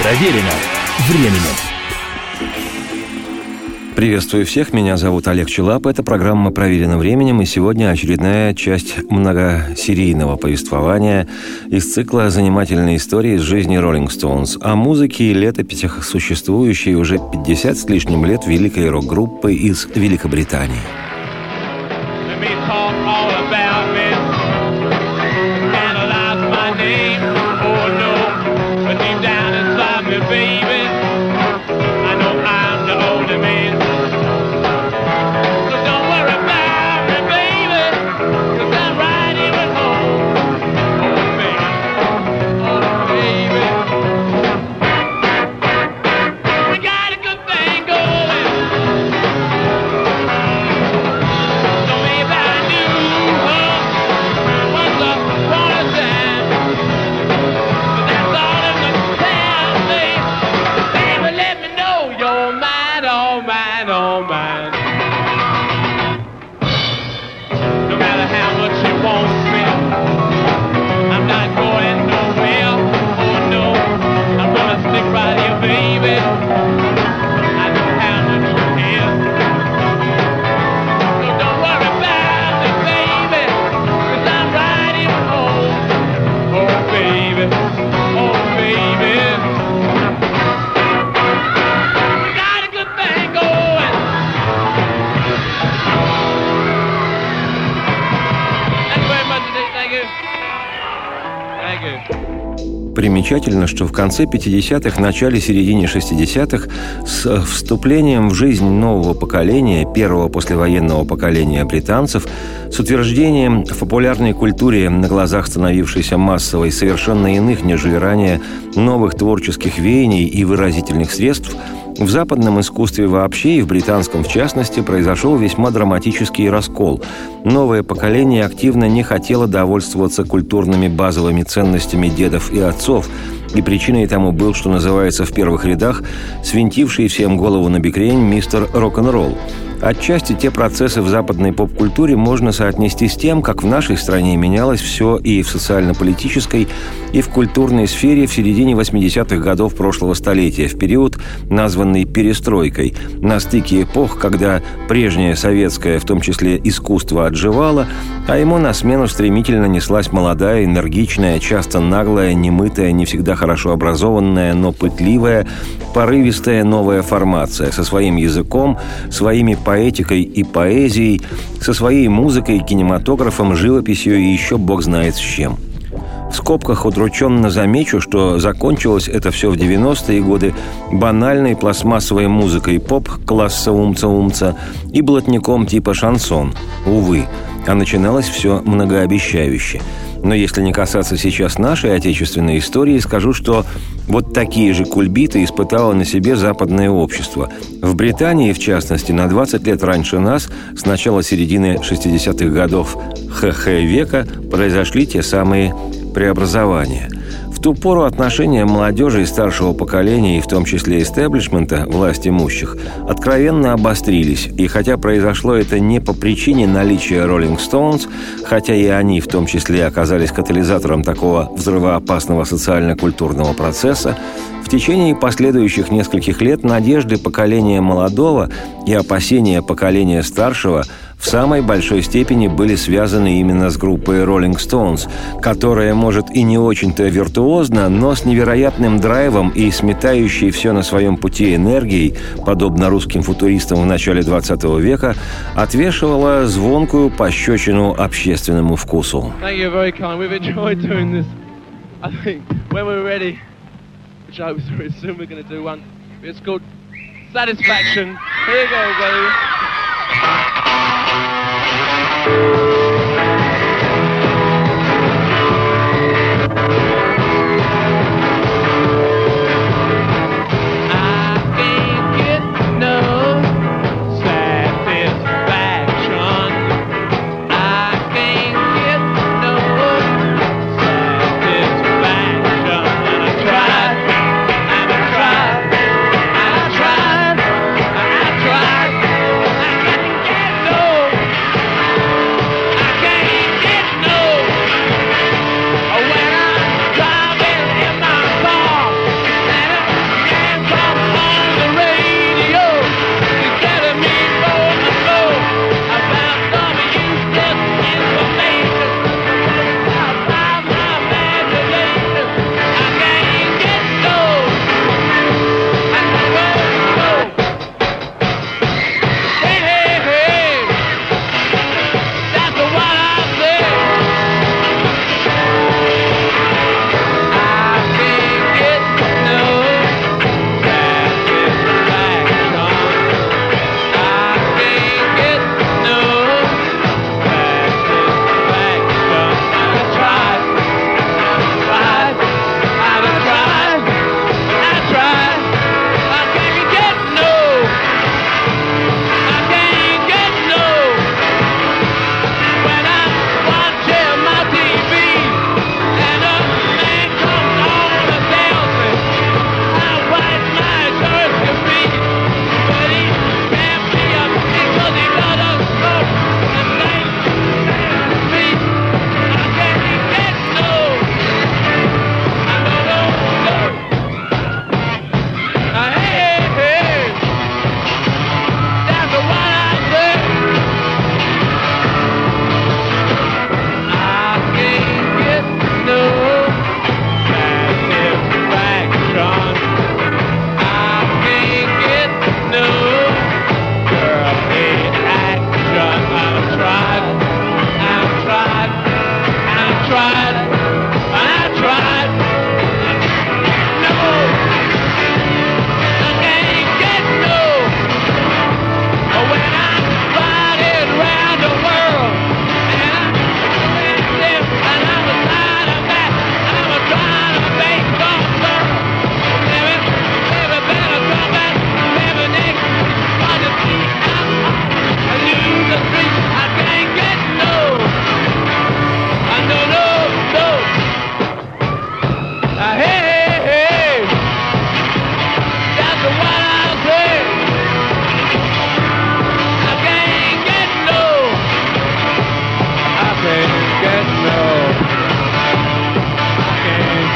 Проверено временем. Приветствую всех, меня зовут Олег Челап, это программа «Проверено временем», и сегодня очередная часть многосерийного повествования из цикла «Занимательные истории из жизни Rolling Stones» о музыке и летописях, существующей уже 50 с лишним лет великой рок-группы из Великобритании. Примечательно, что в конце 50-х, начале середине 60-х с вступлением в жизнь нового поколения, первого послевоенного поколения британцев, с утверждением в популярной культуре на глазах становившейся массовой совершенно иных, нежели ранее, новых творческих веяний и выразительных средств, в западном искусстве вообще и в британском в частности произошел весьма драматический раскол. Новое поколение активно не хотело довольствоваться культурными базовыми ценностями дедов и отцов, и причиной тому был, что называется в первых рядах, свинтивший всем голову на бекрень мистер рок-н-ролл. Отчасти те процессы в западной поп-культуре можно соотнести с тем, как в нашей стране менялось все и в социально-политической, и в культурной сфере в середине 80-х годов прошлого столетия, в период, названный «перестройкой», на стыке эпох, когда прежнее советское, в том числе искусство, отживало, а ему на смену стремительно неслась молодая, энергичная, часто наглая, немытая, не всегда хорошо образованная, но пытливая, порывистая новая формация со своим языком, своими поэтикой и поэзией, со своей музыкой, кинематографом, живописью и еще бог знает с чем. В скобках удрученно замечу, что закончилось это все в 90-е годы банальной пластмассовой музыкой поп класса умца-умца и блатником типа шансон. Увы, а начиналось все многообещающе. Но если не касаться сейчас нашей отечественной истории, скажу, что вот такие же кульбиты испытало на себе западное общество. В Британии, в частности, на 20 лет раньше нас, с начала середины 60-х годов века, произошли те самые преобразования. В ту пору отношения молодежи и старшего поколения, и в том числе истеблишмента, власть имущих, откровенно обострились. И хотя произошло это не по причине наличия Rolling Stones, хотя и они в том числе оказались катализатором такого взрывоопасного социально-культурного процесса, в течение последующих нескольких лет надежды поколения молодого и опасения поколения старшего в самой большой степени были связаны именно с группой Rolling Stones, которая, может, и не очень-то виртуозно, но с невероятным драйвом и сметающей все на своем пути энергией, подобно русским футуристам в начале 20 века, отвешивала звонкую пощечину общественному вкусу. Which I hope very soon we're going to do one. It's called Satisfaction. Here you go, baby.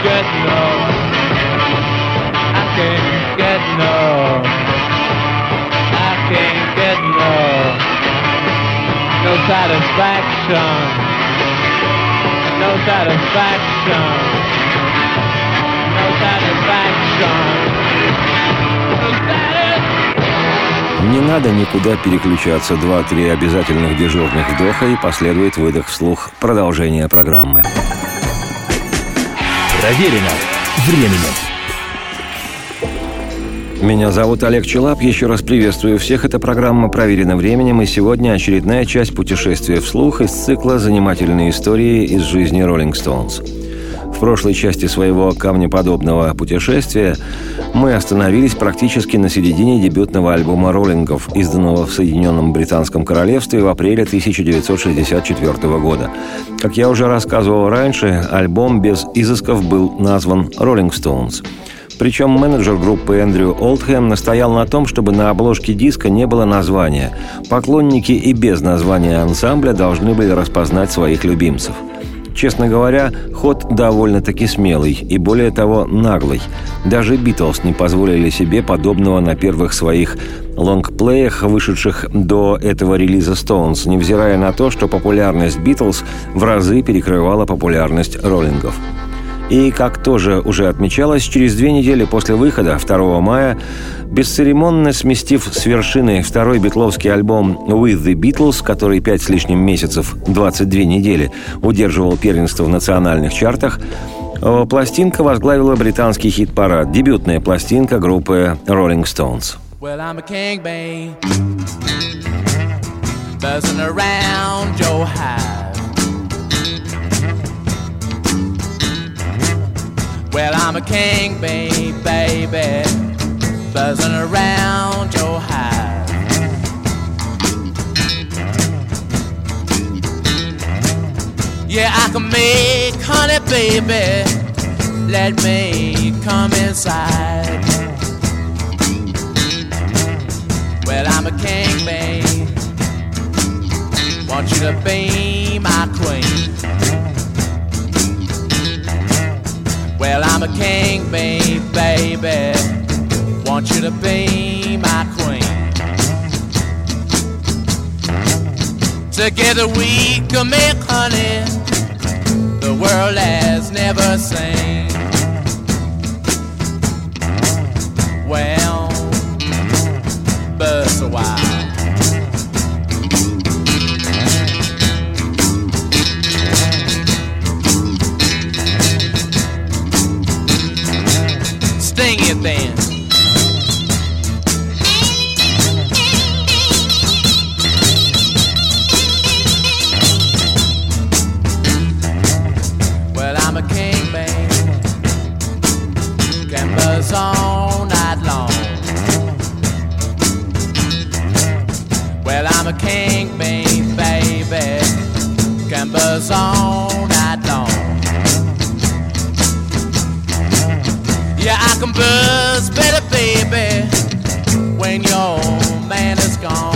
get no. I can't get no. I can't get no satisfaction. No satisfaction. No satisfaction. No satisfaction. Не надо никуда переключаться. 2-3 обязательных дежурных вдоха, и последует выдох вслух. Продолжение программы. Проверено временем. Меня зовут Олег Челап. Еще раз приветствую всех. Это программа «Проверено временем», и сегодня очередная часть путешествия вслух из цикла «Занимательные истории из жизни Rolling Stones». В прошлой части своего камнеподобного путешествия мы остановились практически на середине дебютного альбома «Роллингов», изданного в Соединенном Британском Королевстве в апреле 1964 года. Как я уже рассказывал раньше, альбом без изысков был назван «Rolling Stones». Причем менеджер группы Эндрю Олдхэм настоял на том, чтобы на обложке диска не было названия. Поклонники и без названия ансамбля должны были распознать своих любимцев. Честно говоря, ход довольно-таки смелый и, более того, наглый. Даже «Битлз» не позволили себе подобного на первых своих лонгплеях, вышедших до этого релиза «Stones», невзирая на то, что популярность «Битлз» в разы перекрывала популярность «Роллингов». И, как тоже уже отмечалось, через 2 недели после выхода, 2 мая, бесцеремонно сместив с вершины второй битловский альбом «With the Beatles», который 5 с лишним месяцев, 22 недели, удерживал первенство в национальных чартах, пластинка возглавила британский хит-парад, дебютная пластинка группы Rolling Stones. Well, I'm a king, babe, buzzing around your hive. Well, I'm a king, baby, buzzing around your hive. Yeah, I can make honey, baby, let me come inside. Well, I'm a king, babe, want you to be my queen. Well, I'm a king, baby, want you to be my queen. Together we can make honey the world has never seen. Well, buzz a while. Sting it then. Well, I'm a king, babe, can buzz all night long. Well, I'm a king, baby, can buzz all night long. Yeah, I can buzz better, baby, when your man is gone.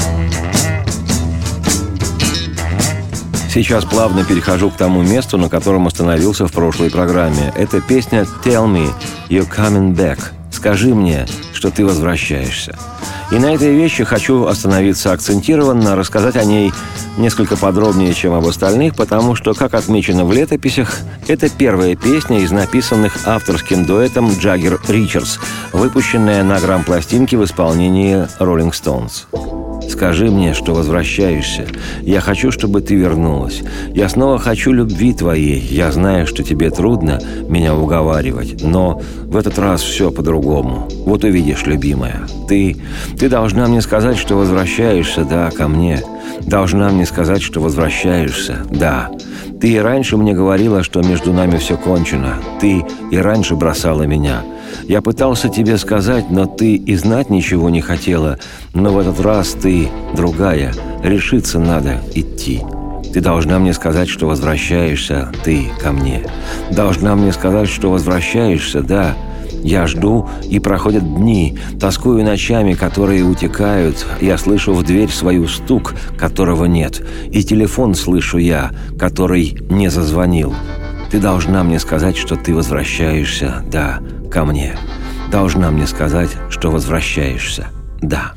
Сейчас плавно перехожу к тому месту, на котором остановился в прошлой программе. Это песня «Tell me you're coming back». «Скажи мне, что ты возвращаешься». И на этой вещи хочу остановиться акцентированно, рассказать о ней несколько подробнее, чем об остальных, потому что, как отмечено в летописях, это первая песня из написанных авторским дуэтом Джаггер Ричардс, выпущенная на грампластинке в исполнении Rolling Stones. «Скажи мне, что возвращаешься. Я хочу, чтобы ты вернулась. Я снова хочу любви твоей. Я знаю, что тебе трудно меня уговаривать, но в этот раз все по-другому. Вот увидишь, любимая. Ты должна мне сказать, что возвращаешься, да, ко мне. Должна мне сказать, что возвращаешься, да. Ты и раньше мне говорила, что между нами все кончено. Ты и раньше бросала меня. Я пытался тебе сказать, но ты и знать ничего не хотела. Но в этот раз ты другая. Решиться надо идти. Ты должна мне сказать, что возвращаешься, ты ко мне. Должна мне сказать, что возвращаешься, да. Я жду, и проходят дни, тоскую ночами, которые утекают. Я слышу в дверь свою стук, которого нет. И телефон слышу я, который не зазвонил. Ты должна мне сказать, что ты возвращаешься, да, ко мне. Должна мне сказать, что возвращаешься, да.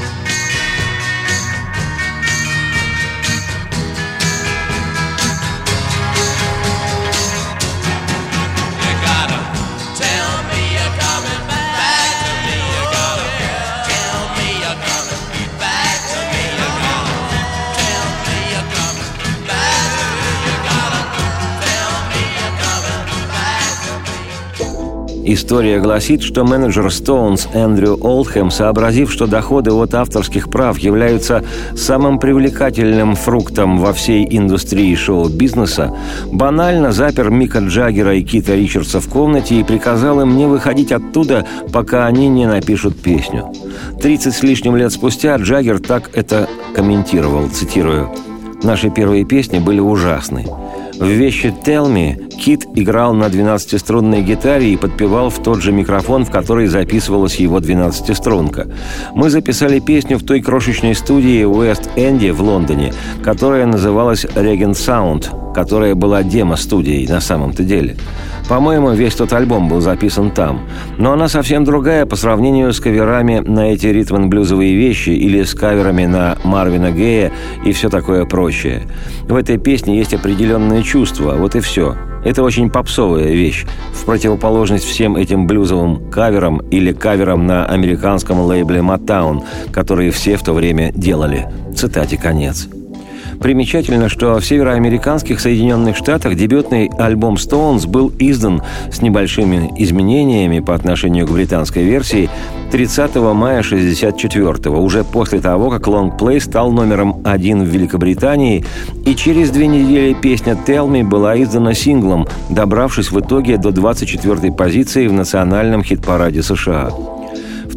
История гласит, что менеджер Stones Эндрю Олдхэм, сообразив, что доходы от авторских прав являются самым привлекательным фруктом во всей индустрии шоу-бизнеса, банально запер Мика Джаггера и Кита Ричардса в комнате и приказал им не выходить оттуда, пока они не напишут песню. 30 с лишним лет спустя Джаггер так это комментировал, цитирую: «Наши первые песни были ужасны. В вещи «Tell Me» Кит играл на 12-струнной гитаре и подпевал в тот же микрофон, в который записывалась его 12-струнка. Мы записали песню в той крошечной студии в Уэст-Энде в Лондоне, которая называлась «Regent Sound», которая была демо-студией на самом-то деле. По-моему, весь тот альбом был записан там. Но она совсем другая по сравнению с каверами на эти ритм-н-блюзовые вещи или с каверами на Марвина Гея и все такое прочее. В этой песне есть определенное чувство, вот и все. Это очень попсовая вещь, в противоположность всем этим блюзовым каверам или каверам на американском лейбле Motown, которые все в то время делали. Цитате конец. Примечательно, что в североамериканских Соединенных Штатах дебютный альбом Stones был издан с небольшими изменениями по отношению к британской версии 30 мая 1964-го, уже после того, как Long Play стал номером 1 в Великобритании, и через 2 недели песня «Tell Me» была издана синглом, добравшись в итоге до 24-й позиции в национальном хит-параде США. В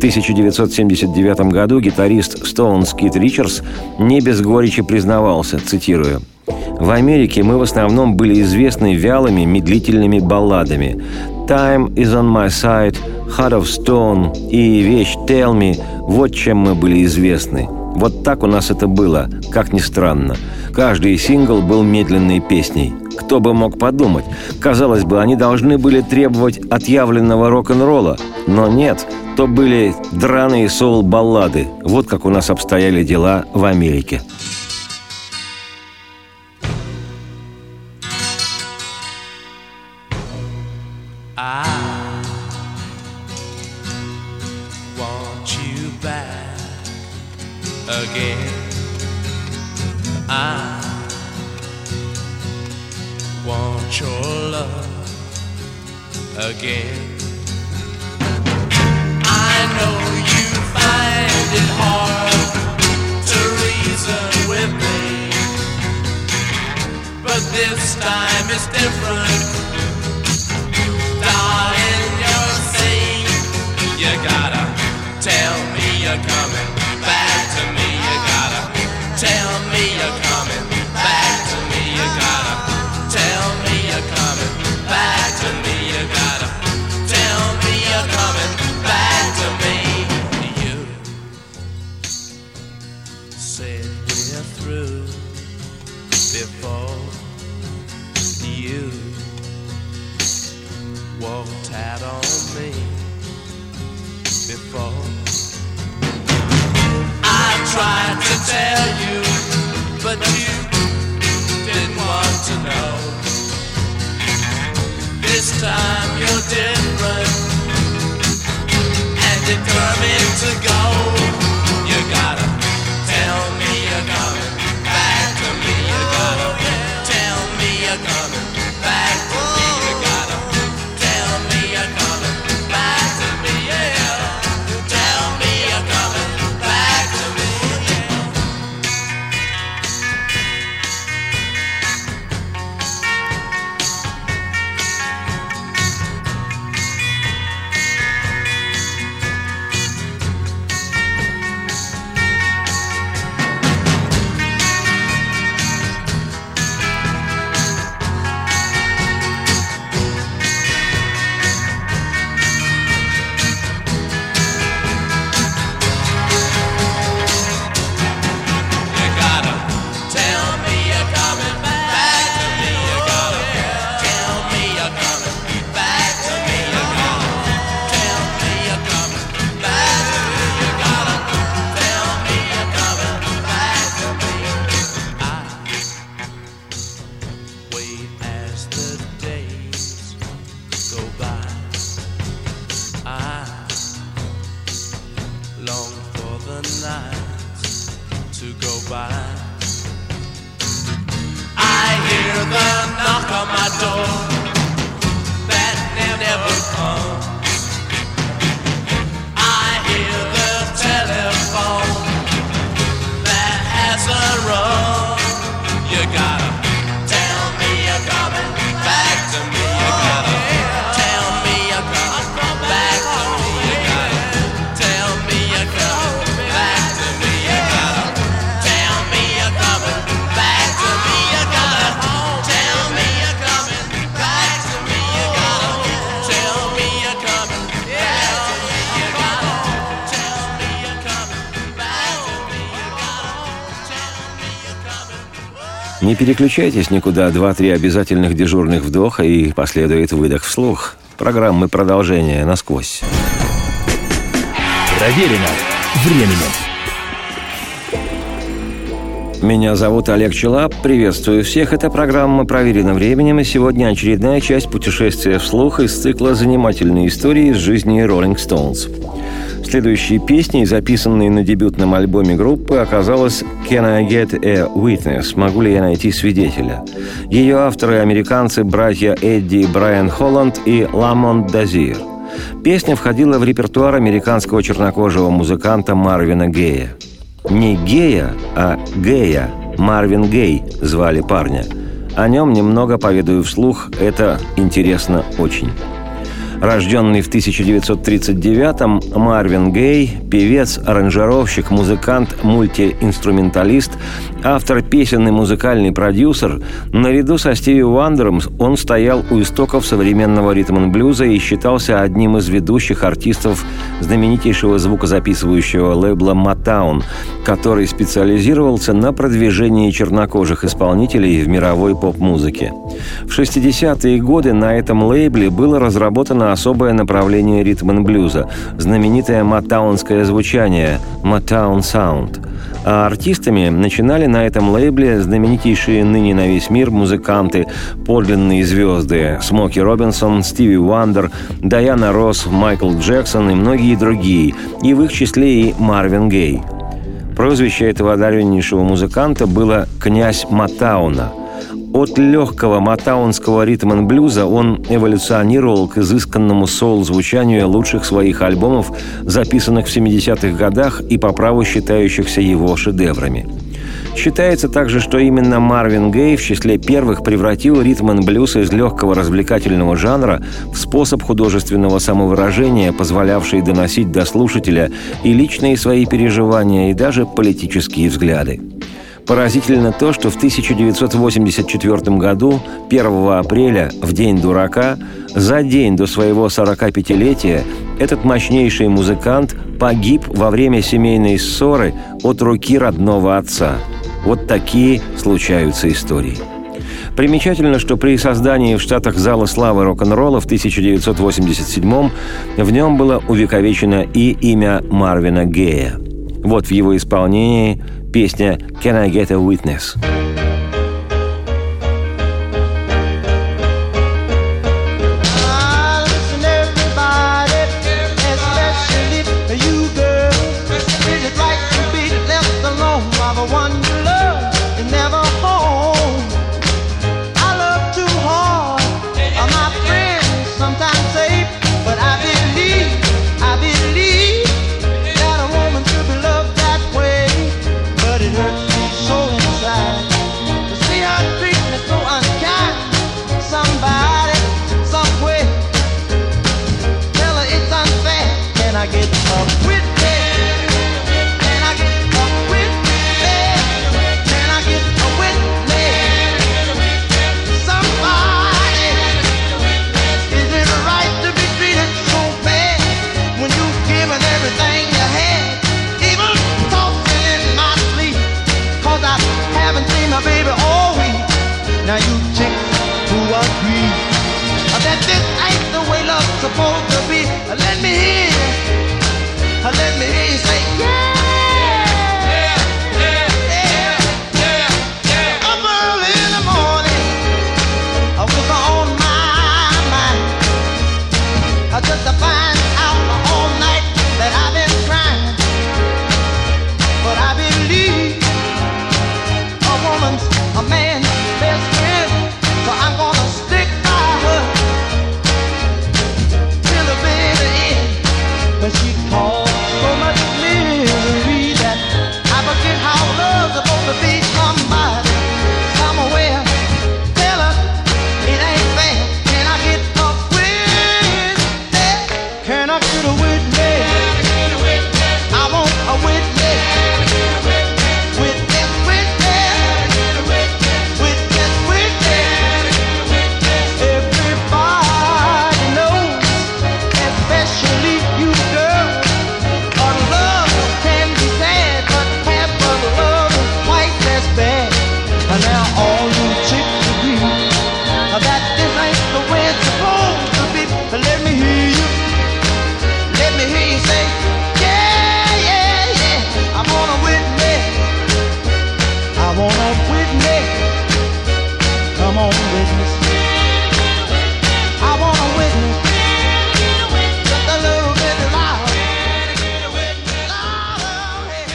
1979 году гитарист Stones Кит Ричардс не без горечи признавался, цитирую: «В Америке мы в основном были известны вялыми, медлительными балладами. «Time is on my side», «Heart of Stone» и вещь «Tell Me» – вот чем мы были известны. Вот так у нас это было, как ни странно. Каждый сингл был медленной песней. Кто бы мог подумать? Казалось бы, они должны были требовать отъявленного рок-н-ролла. Но нет, то были драные соул-баллады. Вот как у нас обстояли дела в Америке. Again, I want your love again. I know you find it hard to reason with me, but this time it's different. Darling, you're saying you gotta tell me you're coming back to me. You gotta tell me you're coming back to me. You gotta tell me you're coming back to me. You gotta tell me you're coming back to me. You said we're through before you walked out on me. Before tried to tell you, but you didn't want to know. This time you're different and determined to go. You gotta tell me you're coming back to me. You gotta tell me you're coming back to me. You gotta tell me you're coming back. by. I hear the knock on my door that never comes. I hear the telephone that hasn't rung. You gotta tell me you're coming back to me. You gotta tell me you're coming back to me. You gotta tell me you're coming back to me. You gotta tell me you're coming back to me. You gotta tell me you're coming back to me. You gotta tell me you're coming back to me. You gotta tell me you're coming back to me. You gotta tell me you're coming. Не переключайтесь никуда, 2-3 обязательных дежурных вдоха и последует выдох вслух. Программы продолжения насквозь. Проверено временем. Меня зовут Олег Челап. Приветствую всех. Это программа «Проверено временем», и сегодня очередная часть путешествия вслух из цикла «Занимательные истории из жизни Rolling Stones». Следующей песней, записанной на дебютном альбоме группы, оказалась «Can I Get a Witness?» «Могу ли я найти свидетеля?». Ее авторы – американцы братья Эдди и Брайан Холланд и Ламонт Дозир. Песня входила в репертуар американского чернокожего музыканта Марвина Гея. Не Гея, а Гея. Марвин Гей звали парня. О нем немного поведаю вслух, это интересно очень. Рожденный в 1939-м, Марвин Гей – певец, аранжировщик, музыкант, мультиинструменталист, автор песен и музыкальный продюсер. Наряду со Стиви Уандером он стоял у истоков современного ритм-н-блюза и считался одним из ведущих артистов знаменитейшего звукозаписывающего лейбла Motown, который специализировался на продвижении чернокожих исполнителей в мировой поп-музыке. В 60-е годы на этом лейбле было разработано особое направление ритм-н-блюза – знаменитое мотаунское звучание – Motown Sound. А артистами начинали на этом лейбле знаменитейшие ныне на весь мир музыканты, подлинные звезды – Смоки Робинсон, Стиви Уандер, Дайана Росс, Майкл Джексон и многие другие, и в их числе и Марвин Гей. Прозвище этого одареннейшего музыканта было «Князь Мотауна». От легкого мотаунского ритм-н-блюза он эволюционировал к изысканному соул-звучанию лучших своих альбомов, записанных в 70-х годах и по праву считающихся его шедеврами. Считается также, что именно Марвин Гей в числе первых превратил ритм-н-блюз из легкого развлекательного жанра в способ художественного самовыражения, позволявший доносить до слушателя и личные свои переживания, и даже политические взгляды. Поразительно то, что в 1984 году, 1 апреля, в День дурака, за день до своего 45-летия, этот мощнейший музыкант погиб во время семейной ссоры от руки родного отца. Вот такие случаются истории. Примечательно, что при создании в Штатах Зала славы рок-н-ролла в 1987-м в нем было увековечено и имя Марвина Гея. Вот в его исполнении песня «Can I Get a Witness?».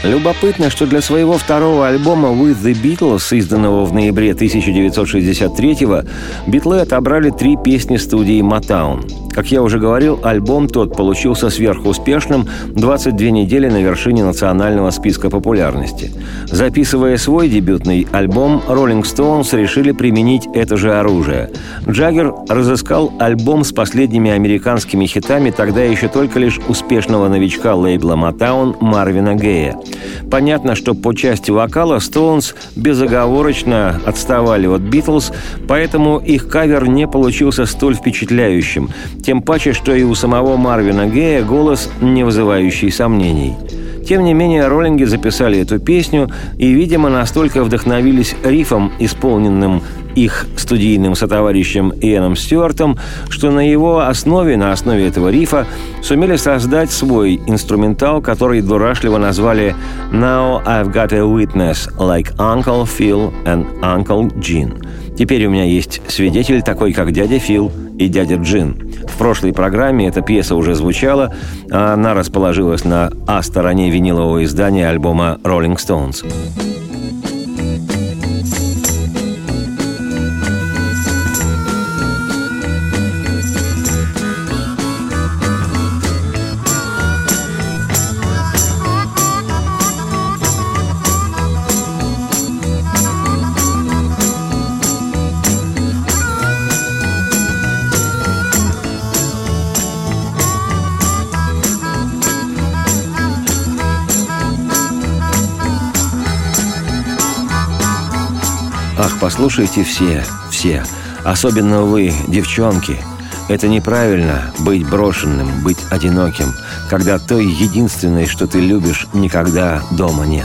Любопытно, что для своего второго альбома «With the Beatles», изданного в ноябре 1963-го, битлы отобрали 3 песни студии Motown. Как я уже говорил, альбом тот получился сверхуспешным, 22 недели на вершине национального списка популярности. Записывая свой дебютный альбом, Rolling Stones решили применить это же оружие. Джаггер разыскал альбом с последними американскими хитами тогда еще только лишь успешного новичка лейбла Motown Марвина Гея. Понятно, что по части вокала Stones безоговорочно отставали от Beatles, поэтому их кавер не получился столь впечатляющим. Тем паче, что и у самого Марвина Гея голос, не вызывающий сомнений. Тем не менее, роллинги записали эту песню и, видимо, настолько вдохновились рифом, исполненным их студийным сотоварищем Иэном Стюартом, что на его основе, на основе этого рифа, сумели создать свой инструментал, который дурашливо назвали «Now I've got a witness like Uncle Phil and Uncle Gene». Теперь у меня есть свидетель такой, как дядя Фил и дядя Джин. В прошлой программе эта пьеса уже звучала, а она расположилась на А-стороне винилового издания альбома «Rolling Stones». Ах, послушайте все, особенно вы, девчонки. Это неправильно быть брошенным, быть одиноким, когда той единственной, что ты любишь, никогда дома нет.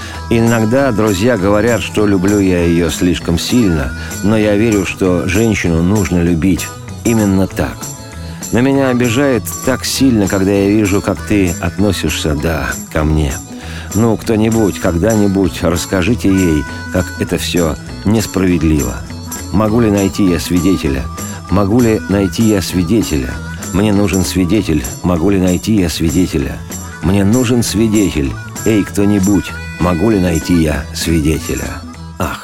Иногда друзья говорят, что люблю я ее слишком сильно, но я верю, что женщину нужно любить именно так. Но меня обижает так сильно, когда я вижу, как ты относишься, да, ко мне. Ну, кто-нибудь, когда-нибудь расскажите ей, как это все несправедливо. Могу ли найти я свидетеля? Могу ли найти я свидетеля? Мне нужен свидетель. Могу ли найти я свидетеля? Мне нужен свидетель. Эй, кто-нибудь, могу ли найти я свидетеля? Ах.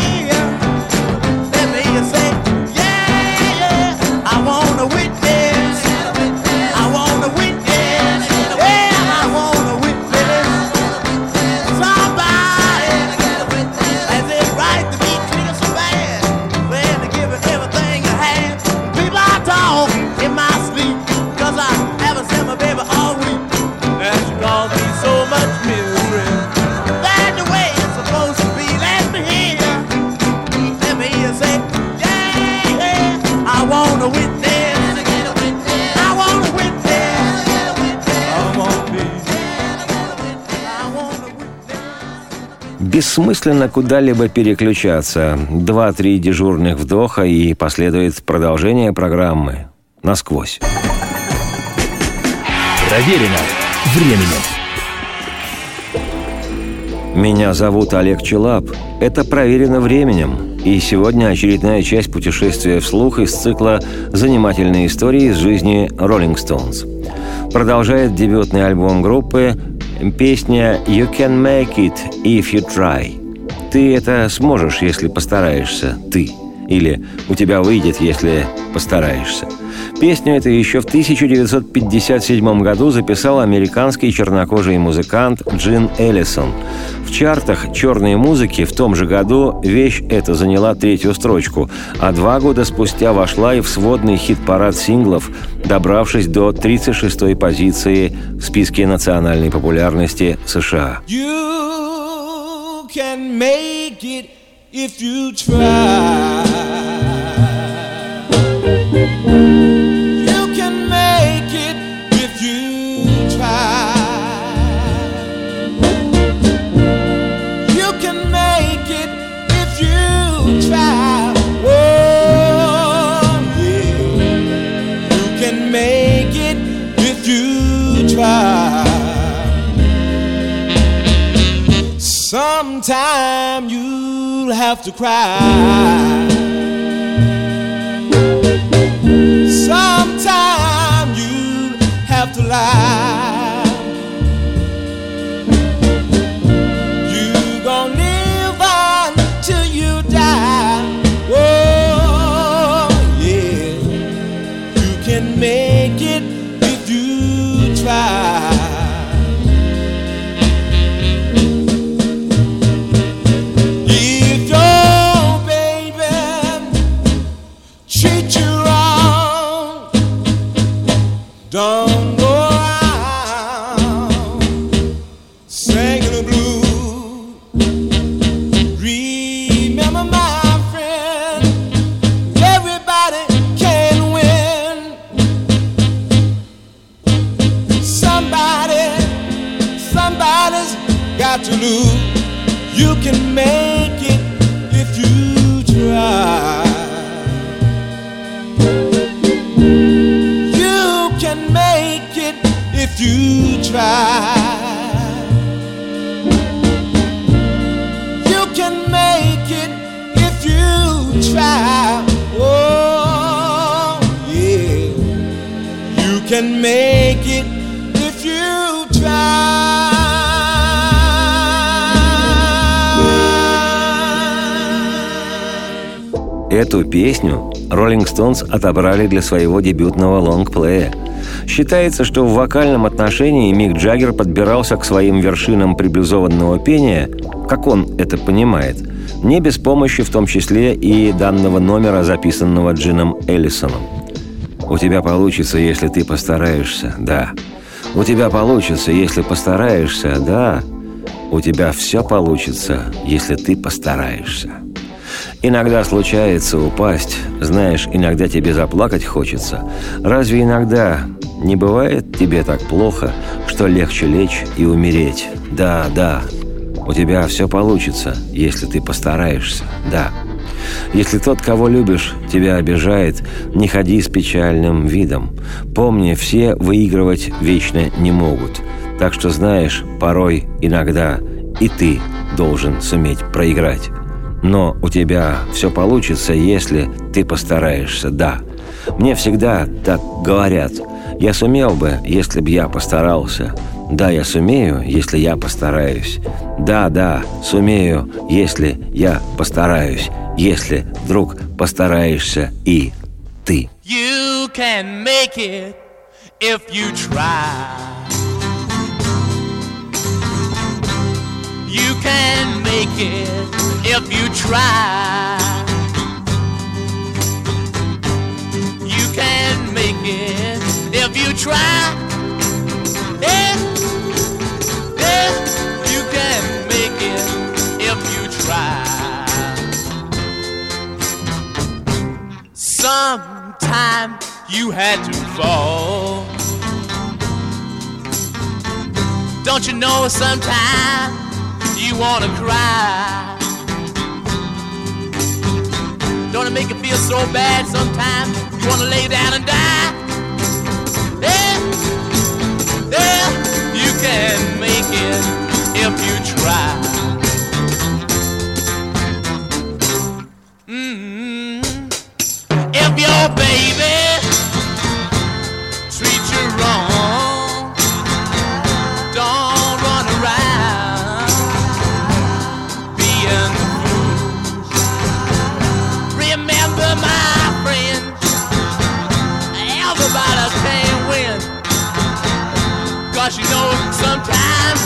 Witness. Бессмысленно куда-либо переключаться. 2-3 дежурных вдоха, и последует продолжение программы насквозь. Проверено временем. Меня зовут Олег Челап. Это «Проверено временем». И сегодня очередная часть путешествия вслух из цикла «Занимательные истории из жизни Rolling Stones». Продолжает дебютный альбом группы песня «You can make it if you try». «Ты это сможешь, если постараешься, ты». Или «У тебя выйдет, если постараешься». Песню эту еще в 1957 году записал американский чернокожий музыкант Джин Эллисон. В чартах черной музыки в том же году вещь эта заняла 3-ю строчку, а 2 года спустя вошла и в сводный хит-парад синглов, добравшись до 36-й позиции в списке национальной популярности США. You can make it if you try. You can make it if you try. You can make it if you try. Oh, yeah. You can make it if you try. Sometime you'll have to cry. Sometime you'll have to lie. You gon' live until you die. Oh, yeah. You can make it if you try. Don't go around singing the blues. Remember, my friend, everybody can win. Somebody's got to lose. You can make it if you try. If you try, you can make it if you try. Oh, yeah, you can make it if you try. Эту песню Rolling Stones отобрали для своего дебютного лонгплея. Считается, что в вокальном отношении Мик Джаггер подбирался к своим вершинам приблизованного пения, как он это понимает, не без помощи в том числе и данного номера, записанного Джином Эллисоном. «У тебя получится, если ты постараешься, да. У тебя получится, если постараешься, да. У тебя все получится, если ты постараешься. Иногда случается упасть, знаешь, иногда тебе заплакать хочется. Разве иногда не бывает тебе так плохо, что легче лечь и умереть? Да, да, у тебя все получится, если ты постараешься, да. Если тот, кого любишь, тебя обижает, не ходи с печальным видом. Помни, все выигрывать вечно не могут. Так что, знаешь, порой, иногда и ты должен суметь проиграть. Но у тебя все получится, если ты постараешься, да. Мне всегда так говорят. Я сумел бы, если б я постарался. Да, я сумею, если я постараюсь. Да, да, сумею, если я постараюсь. Если вдруг постараешься и ты. You can make it if you try. You can make it if you try. You can make it if you try. Yeah, yeah, you can make it if you try. Sometime you had to fall. Don't you know sometime you wanna cry. Don't it make you feel so bad sometimes? You wanna lay down and die? Yeah, yeah, you can make it if you try. If your baby treats you wrong, don't run around being foolish. Remember, my friend, everybody can win. 'Cause you know sometimes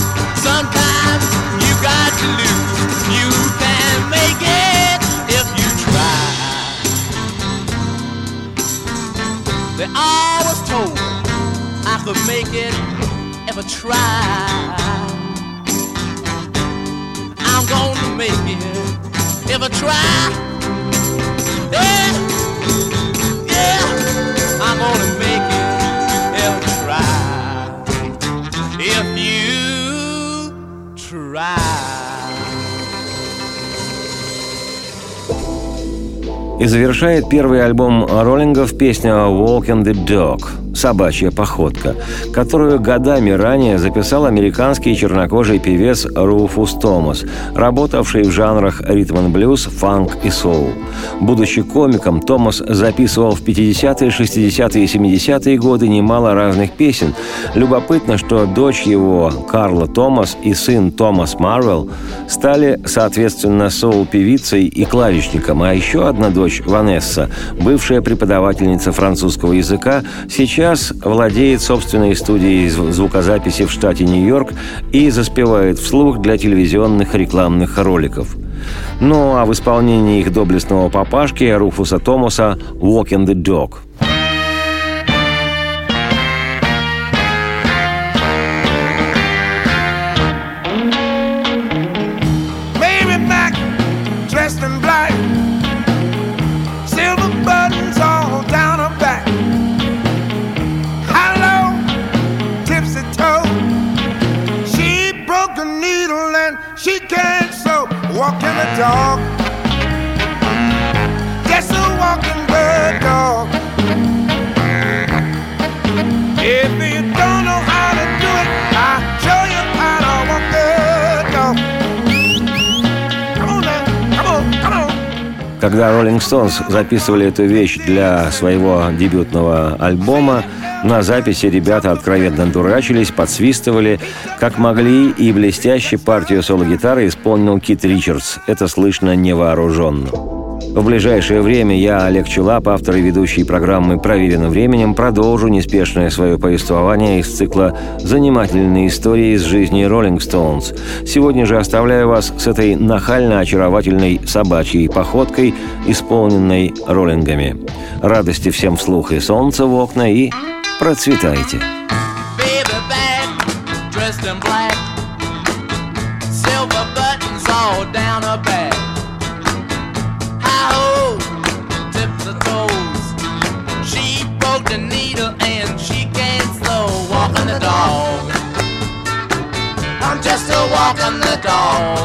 you got to lose. You can make it if you try. They always told I could make it if I try. I'm gonna make it if I try. Yeah, yeah, I'm gonna make it if I try. If you try. И завершает первый альбом роллингов песня «Walking the Dog» – «Собачья походка», которую годами ранее записал американский чернокожий певец Руфус Томас, работавший в жанрах ритм-н-блюз, фанк и соул. Будучи комиком, Томас записывал в 50-е, 60-е и 70-е годы немало разных песен. Любопытно, что дочь его, Карла Томас, и сын Томас Марвел стали, соответственно, соул-певицей и клавишником, а еще одна дочь, Ванесса, бывшая преподавательница французского языка, сейчас владеет собственной студией звукозаписи в штате Нью-Йорк и заспевает вслух для телевизионных рекламных роликов. Ну а в исполнении их доблестного папашки Руфуса Томаса «Walking the Dog». She can't sew, walking the dog. Just a walking the dog. If you don't know how to do it, I'll show you how to walk the dog. Come on now, come on, come on. Когда Rolling Stones записывали эту вещь для своего дебютного альбома, на записи ребята откровенно дурачились, подсвистывали, как могли, и блестяще партию соло-гитары исполнил Кит Ричардс. Это слышно невооруженно. В ближайшее время я, Олег Челап, автор и ведущий программы «Проверено временем», продолжу неспешное свое повествование из цикла «Занимательные истории из жизни Rolling Stones». Сегодня же оставляю вас с этой нахально-очаровательной собачьей походкой, исполненной роллингами. Радости всем вслух и солнца в окна, и процветайте! Walking the dog.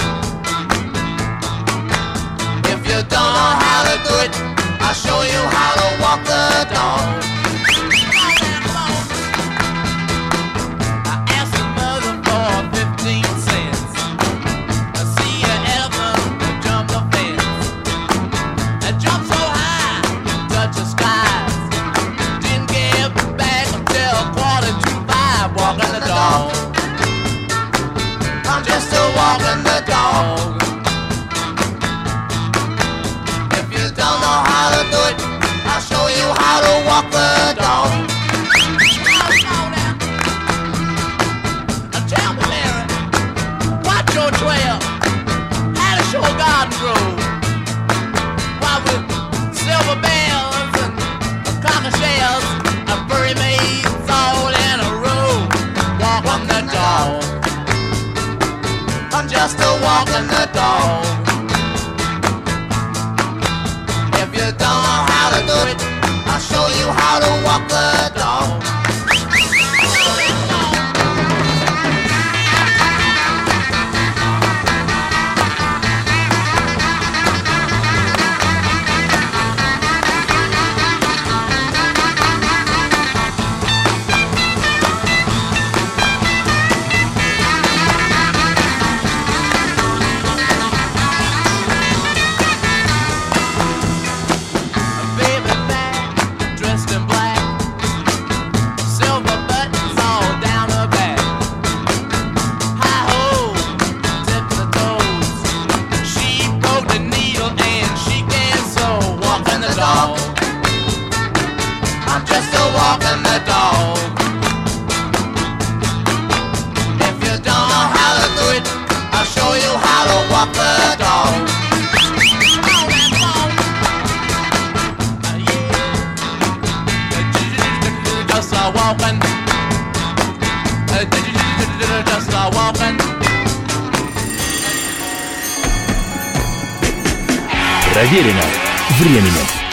If you don't know how to do it, I'll show you how to walk the dog. I asked the mother for 15 cents. I see an elephant jump the fence. I jumped so high, touch the skies. Didn't get back until 4:45, walking the dog. I'm just a walking the dog. If you don't know how to do it, I'll show you how to walk the dog. Now tell me, Mary, watch your trail. How does your garden grow? Why, with silver bells and cocker shells, a furry maids all in a row, walking the dog. I'm just a walking the dog. If you don't know how to do it, I'll show you how to walk the dog. walking the dog. If you don't know how to do it, I'll show you how to walk the dog. Just a walking, just a walking. Проверено временем.